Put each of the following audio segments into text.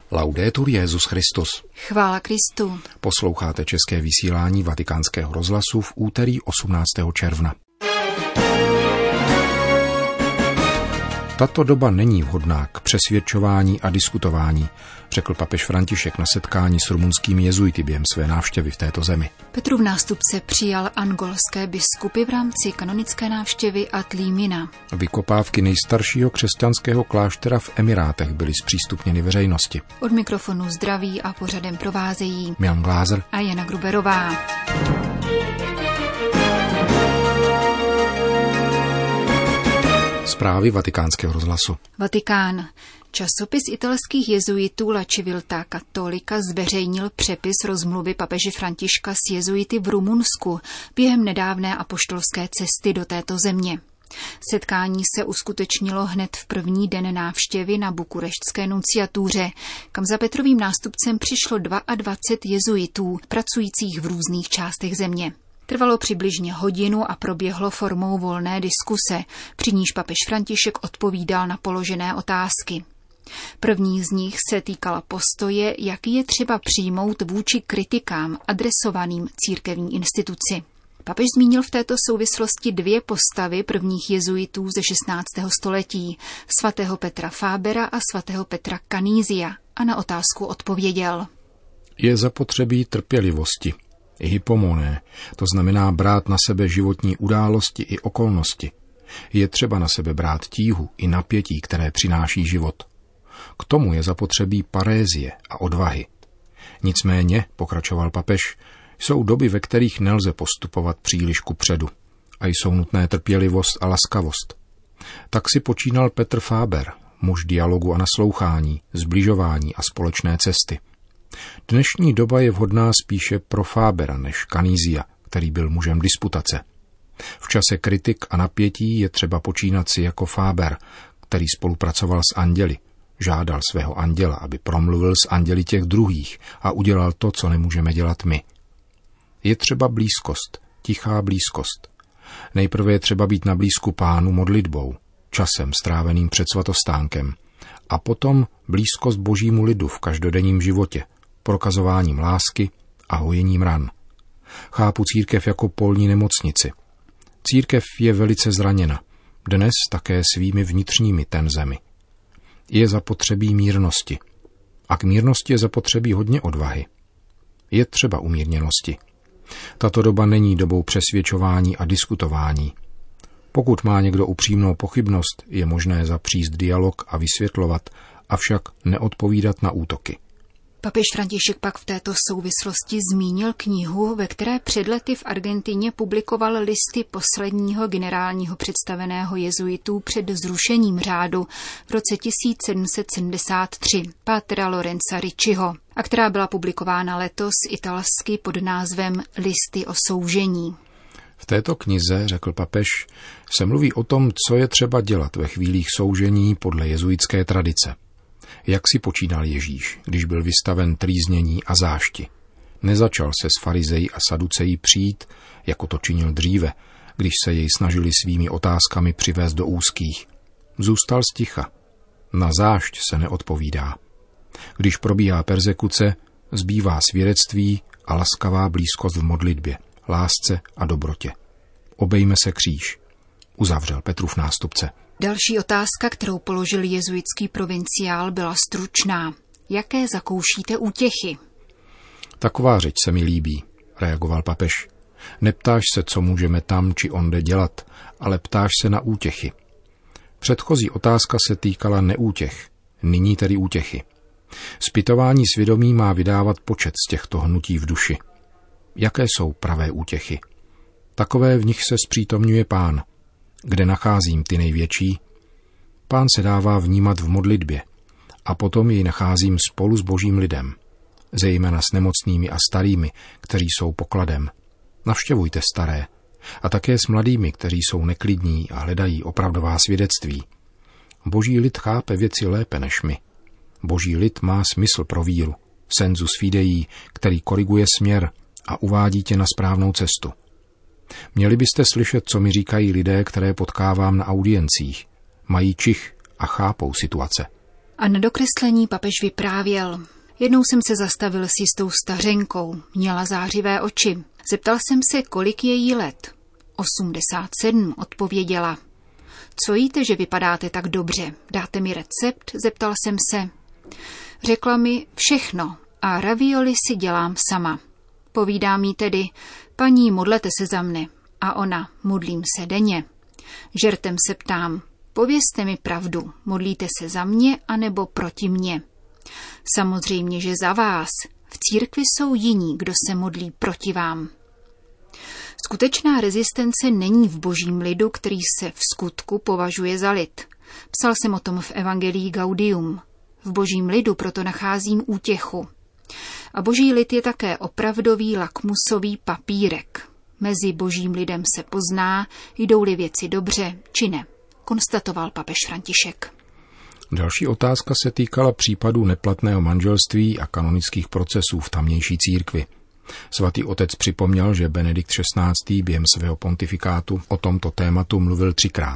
Laudetur Jesus Christus. Chvála Kristu. Posloucháte české vysílání Vatikánského rozhlasu v úterý 18. června. Tato doba není vhodná k přesvědčování a diskutování, řekl papež František na setkání s rumunskými jezuity během své návštěvy v této zemi. Petrův nástupce přijal angolské biskupy v rámci kanonické návštěvy Ad Limina. Vykopávky nejstaršího křesťanského kláštera v Emirátech byly zpřístupněny veřejnosti. Od mikrofonu zdraví a pořadem provázejí Milan Glázer a Jana Gruberová. Zprávy Vatikánského rozhlasu. Vatikán. Časopis italských jezuitů La Civiltà Cattolica zveřejnil přepis rozmluvy papeže Františka s jezuity v Rumunsku během nedávné apoštolské cesty do této země. Setkání se uskutečnilo hned v první den návštěvy na bukureštské nunciatuře, kam za Petrovým nástupcem přišlo 22 jezuitů, pracujících v různých částech země. Trvalo přibližně hodinu a proběhlo formou volné diskuse, při níž papež František odpovídal na položené otázky. První z nich se týkala postoje, jaký je třeba přijmout vůči kritikám adresovaným církevní instituci. Papež zmínil v této souvislosti dvě postavy prvních jezuitů ze 16. století, svatého Petra Fábera a svatého Petra Canizia, a na otázku odpověděl. Je zapotřebí trpělivosti. Hypomoné, to znamená brát na sebe životní události i okolnosti. Je třeba na sebe brát tíhu i napětí, které přináší život. K tomu je zapotřebí parézie a odvahy. Nicméně, pokračoval papež, jsou doby, ve kterých nelze postupovat příliš kupředu a jsou nutné trpělivost a laskavost. Tak si počínal Petr Fáber, muž dialogu a naslouchání, zbližování a společné cesty. Dnešní doba je vhodná spíše pro Fábera než Canizia, který byl mužem disputace. V čase kritik a napětí je třeba počínat si jako Fáber, který spolupracoval s anděli. Žádal svého anděla, aby promluvil s anděli těch druhých a udělal to, co nemůžeme dělat my. Je třeba blízkost, tichá blízkost. Nejprve je třeba být na blízku Pánu modlitbou, časem stráveným před svatostánkem, a potom blízkost božímu lidu v každodenním životě, prokazováním lásky a hojením ran. Chápu církev jako polní nemocnici. Církev je velice zraněna, dnes také svými vnitřními tenzemi. Je zapotřebí mírnosti. A k mírnosti je zapotřebí hodně odvahy. Je třeba umírněnosti. Tato doba není dobou přesvědčování a diskutování. Pokud má někdo upřímnou pochybnost, je možné zapříst dialog a vysvětlovat, avšak neodpovídat na útoky. Papež František pak v této souvislosti zmínil knihu, ve které před lety v Argentině publikoval listy posledního generálního představeného jezuitů před zrušením řádu v roce 1773, pátra Lorenza Ricciho, a která byla publikována letos italsky pod názvem Listy o soužení. V této knize, řekl papež, se mluví o tom, co je třeba dělat ve chvílích soužení podle jezuitské tradice. Jak si počínal Ježíš, když byl vystaven trýznění a zášti. Nezačal se s farizeji a saduceji přijít, jako to činil dříve, když se jej snažili svými otázkami přivést do úzkých. Zůstal sticha. Na zášť se neodpovídá. Když probíhá perzekuce, zbývá svědectví a laskavá blízkost v modlitbě, lásce a dobrotě. Obejme se kříž, uzavřel Petrův nástupce. Další otázka, kterou položil jezuitský provinciál, byla stručná. Jaké zakoušíte útěchy? Taková řeč se mi líbí, reagoval papež. Neptáš se, co můžeme tam či onde dělat, ale ptáš se na útěchy. Předchozí otázka se týkala neútěch, nyní tedy útěchy. Zpytování svědomí má vydávat počet z těchto hnutí v duši. Jaké jsou pravé útěchy? Takové, v nich se zpřítomňuje Pán. Kde nacházím ty největší? Pán se dává vnímat v modlitbě a potom jej nacházím spolu s božím lidem, zejména s nemocnými a starými, kteří jsou pokladem. Navštěvujte staré a také s mladými, kteří jsou neklidní a hledají opravdová svědectví. Boží lid chápe věci lépe než my. Boží lid má smysl pro víru, sensus fidei, který koriguje směr a uvádí tě na správnou cestu. Měli byste slyšet, co mi říkají lidé, které potkávám na audiencích. Mají čich a chápou situace. A na dokreslení papež vyprávěl. Jednou jsem se zastavil s jistou stařenkou, měla zářivé oči. Zeptal jsem se, kolik je jí let. 87, odpověděla. Co jíte, že vypadáte tak dobře? Dáte mi recept? Zeptal jsem se. Řekla mi všechno a ravioli si dělám sama. Povídám jí tedy, paní, modlete se za mne. A ona, modlím se denně. Žertem se ptám, povězte mi pravdu, modlíte se za mě anebo proti mně? Samozřejmě, že za vás. V církvi jsou jiní, kdo se modlí proti vám. Skutečná rezistence není v božím lidu, který se v skutku považuje za lid. Psal jsem o tom v Evangelii Gaudium. V božím lidu proto nacházím útěchu. A boží lid je také opravdový lakmusový papírek. Mezi božím lidem se pozná, jdou-li věci dobře, či ne, konstatoval papež František. Další otázka se týkala případů neplatného manželství a kanonických procesů v tamnější církvi. Svatý otec připomněl, že Benedikt XVI. Během svého pontifikátu o tomto tématu mluvil 3krát.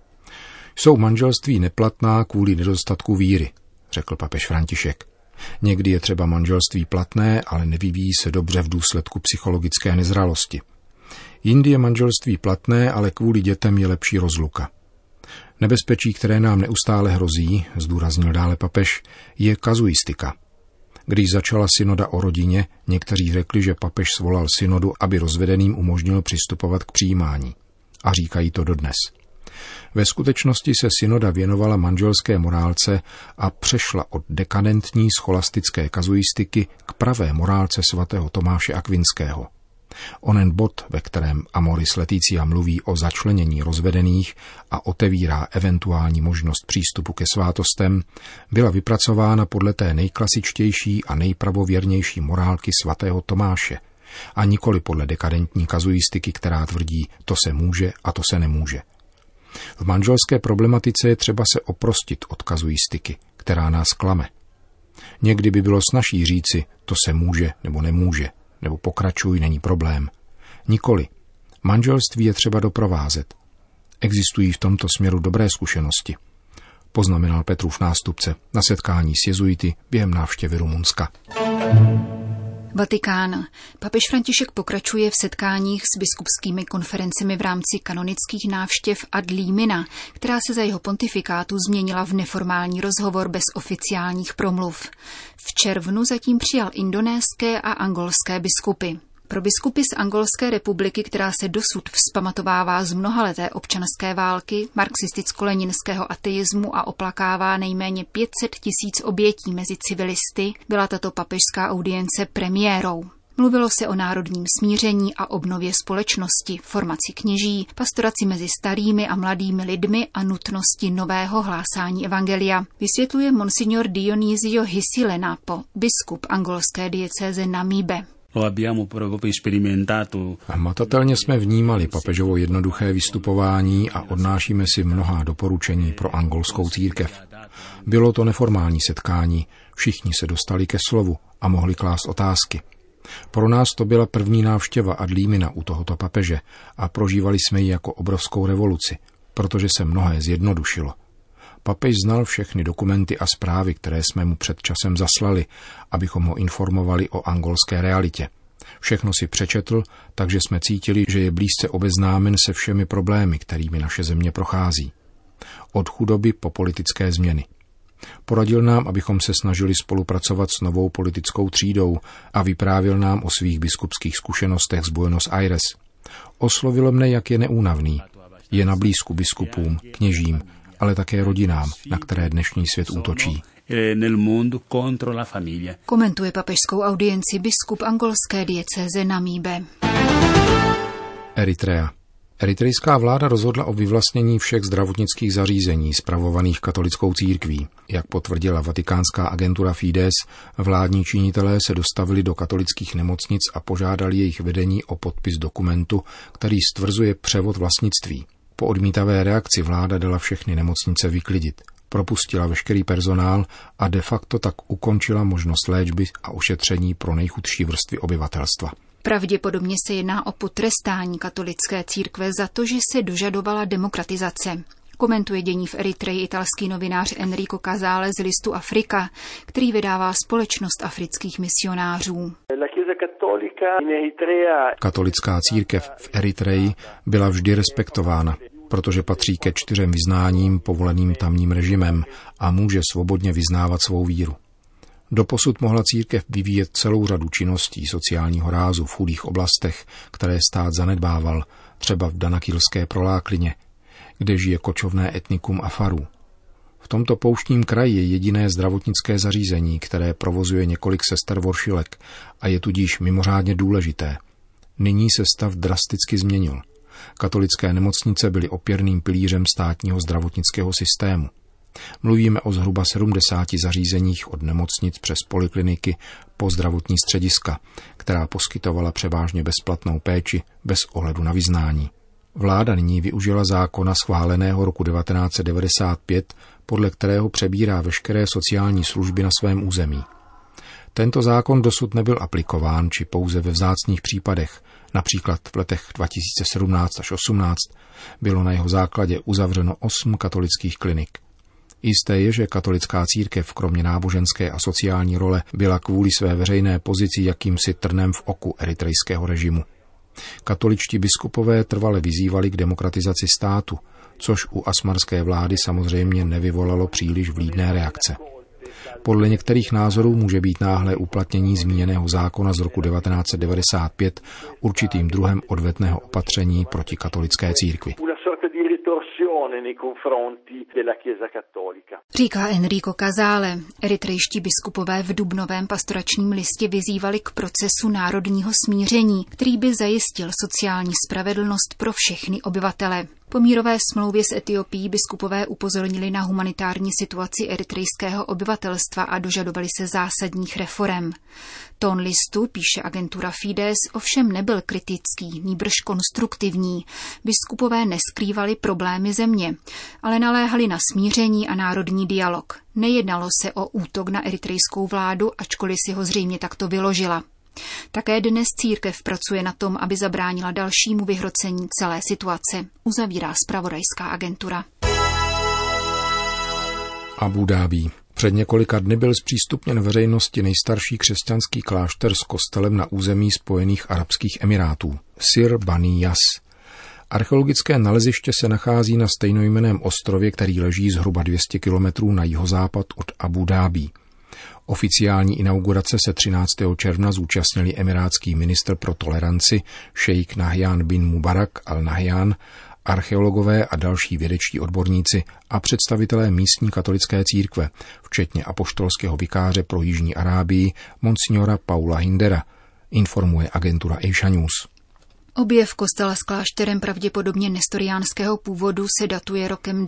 Jsou manželství neplatná kvůli nedostatku víry, řekl papež František. Někdy je třeba manželství platné, ale nevyvíjí se dobře v důsledku psychologické nezralosti. Jindy je manželství platné, ale kvůli dětem je lepší rozluka. Nebezpečí, které nám neustále hrozí, zdůraznil dále papež, je kazuistika. Když začala synoda o rodině, někteří řekli, že papež svolal synodu, aby rozvedeným umožnil přistupovat k přijímání. A říkají to dodnes. Ve skutečnosti se synoda věnovala manželské morálce a přešla od dekadentní scholastické kazuistiky k pravé morálce svatého Tomáše Akvinského. Onen bod, ve kterém Amoris Laetitia mluví o začlenění rozvedených a otevírá eventuální možnost přístupu ke svátostem, byla vypracována podle té nejklasičtější a nejpravověrnější morálky svatého Tomáše a nikoli podle dekadentní kazuistiky, která tvrdí, to se může a to se nemůže. V manželské problematice je třeba se oprostit od kazuistiky, která nás klame. Někdy by bylo snazší říci, to se může nebo nemůže, nebo pokračuj, není problém. Nikoli. Manželství je třeba doprovázet. Existují v tomto směru dobré zkušenosti, poznamenal Petrův nástupce na setkání s jezuity během návštěvy Rumunska. Vatikán. Papež František pokračuje v setkáních s biskupskými konferencemi v rámci kanonických návštěv ad limina, která se za jeho pontifikátu změnila v neformální rozhovor bez oficiálních promluv. V červnu zatím přijal indonéské a angolské biskupy. Pro biskupy z Angolské republiky, která se dosud vzpamatovává z mnohaleté občanské války, marxisticko-leninského ateismu a oplakává nejméně 500 000 obětí mezi civilisty, byla tato papežská audience premiérou. Mluvilo se o národním smíření a obnově společnosti, formaci kněží, pastoraci mezi starými a mladými lidmi a nutnosti nového hlásání evangelia, vysvětluje monsignor Dionisio Hisilenapo, biskup angolské diecéze Namibe. Hmatatelně jsme vnímali papežovo jednoduché vystupování a odnášíme si mnohá doporučení pro angolskou církev. Bylo to neformální setkání, všichni se dostali ke slovu a mohli klást otázky. Pro nás to byla první návštěva ad limina u tohoto papeže a prožívali jsme ji jako obrovskou revoluci, protože se mnohé zjednodušilo. Papež znal všechny dokumenty a zprávy, které jsme mu před časem zaslali, abychom ho informovali o angolské realitě. Všechno si přečetl, takže jsme cítili, že je blízce obeznámen se všemi problémy, kterými naše země prochází. Od chudoby po politické změny. Poradil nám, abychom se snažili spolupracovat s novou politickou třídou a vyprávěl nám o svých biskupských zkušenostech z Buenos Aires. Oslovilo mne, jak je neúnavný. Je na blízku biskupům, kněžím, ale také rodinám, na které dnešní svět útočí. Komentuje papežskou audienci biskup angolské diecéze Namibe. Eritrea. Eritrejská vláda rozhodla o vyvlastnění všech zdravotnických zařízení spravovaných katolickou církví. Jak potvrdila vatikánská agentura Fides, vládní činitelé se dostavili do katolických nemocnic a požádali jejich vedení o podpis dokumentu, který stvrzuje převod vlastnictví. Po odmítavé reakci vláda dala všechny nemocnice vyklidit, propustila veškerý personál a de facto tak ukončila možnost léčby a ošetření pro nejchudší vrstvy obyvatelstva. Pravděpodobně se jedná o potrestání katolické církve za to, že se dožadovala demokratizace. Komentuje dění v Eritreji italský novinář Enrico Casale z listu Afrika, který vydává Společnost afrických misionářů. Katolická církev v Eritreji byla vždy respektována, protože patří ke 4 vyznáním povoleným tamním režimem a může svobodně vyznávat svou víru. Doposud mohla církev vyvíjet celou řadu činností sociálního rázu v chudých oblastech, které stát zanedbával, třeba v Danakilské proláklině, kde žije kočovné etnikum Afarů. V tomto pouštním kraji je jediné zdravotnické zařízení, které provozuje několik sester voršilek a je tudíž mimořádně důležité. Nyní se stav drasticky změnil. Katolické nemocnice byly opěrným pilířem státního zdravotnického systému. Mluvíme o zhruba 70 zařízeních od nemocnic přes polikliniky po zdravotní střediska, která poskytovala převážně bezplatnou péči bez ohledu na vyznání. Vláda nyní využila zákona schváleného roku 1995, podle kterého přebírá veškeré sociální služby na svém území. Tento zákon dosud nebyl aplikován, či pouze ve vzácných případech. Například v letech 2017 až 2018 bylo na jeho základě uzavřeno 8 katolických klinik. Jisté je, že katolická církev kromě náboženské a sociální role byla kvůli své veřejné pozici jakýmsi trnem v oku eritrejského režimu. Katoličtí biskupové trvale vyzývali k demokratizaci státu, což u asmarské vlády samozřejmě nevyvolalo příliš vlídné reakce. Podle některých názorů může být náhlé uplatnění zmíněného zákona z roku 1995 určitým druhem odvetného opatření proti katolické církvi. Říká Enrico Casale. Eritrejští biskupové v dubnovém pastoračním listě vyzývali k procesu národního smíření, který by zajistil sociální spravedlnost pro všechny obyvatele. Po mírové smlouvě s Etiopií biskupové upozornili na humanitární situaci eritrejského obyvatelstva a dožadovali se zásadních reforem. Tón listu, píše agentura Fides, ovšem nebyl kritický, nýbrž konstruktivní. Biskupové neskrývali problémy země, ale naléhali na smíření a národní dialog. Nejednalo se o útok na eritrejskou vládu, ačkoliv si ho zřejmě takto vyložila. Také dnes církev pracuje na tom, aby zabránila dalšímu vyhrocení celé situace, uzavírá zpravodajská agentura. Abu Dhabí. Před několika dny byl zpřístupněn veřejnosti nejstarší křesťanský klášter s kostelem na území Spojených arabských emirátů, Sir Bani Yas. Archeologické naleziště se nachází na stejnojmenném ostrově, který leží zhruba 200 kilometrů na jihozápad od Abu Dhabí. Oficiální inaugurace se 13. června zúčastnili emirátský ministr pro toleranci šejk Nahyan bin Mubarak al-Nahyan, archeologové a další vědečtí odborníci a představitelé místní katolické církve, včetně apoštolského vikáře pro Jižní Arábii monsignora Paula Hindera, informuje agentura Asia News. Objev kostela s klášterem pravděpodobně nestoriánského původu se datuje rokem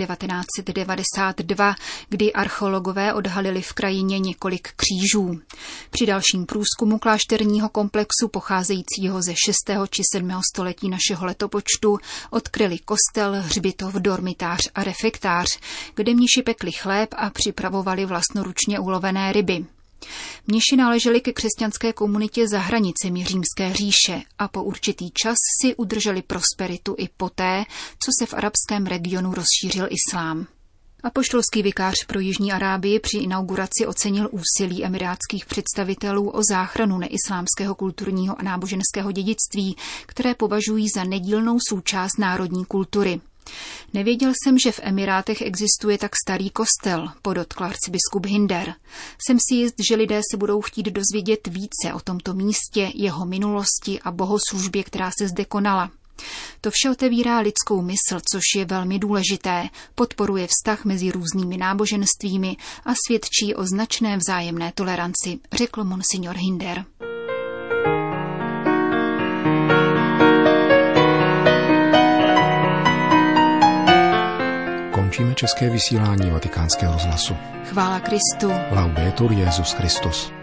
1992, kdy archeologové odhalili v krajině několik křížů. Při dalším průzkumu klášterního komplexu pocházejícího ze 6. či 7. století našeho letopočtu odkryli kostel, hřbitov, dormitář a refektář, kde mniši pekli chléb a připravovali vlastnoručně ulovené ryby. Mniši náleželi ke křesťanské komunitě za hranicemi Římské říše a po určitý čas si udrželi prosperitu i poté, co se v arabském regionu rozšířil islám. Apoštolský vikář pro Jižní Arábii při inauguraci ocenil úsilí emirátských představitelů o záchranu neislámského kulturního a náboženského dědictví, které považují za nedílnou součást národní kultury. Nevěděl jsem, že v Emirátech existuje tak starý kostel, podotkl arcibiskup Hinder. Jsem si jist, že lidé se budou chtít dozvědět více o tomto místě, jeho minulosti a bohoslužbě, která se zde konala. To vše otevírá lidskou mysl, což je velmi důležité, podporuje vztah mezi různými náboženstvími a svědčí o značné vzájemné toleranci, řekl monsignor Hinder. Končíme české vysílání Vatikánského rozhlasu. Chvála Kristu. Laudetur Jesus Christus.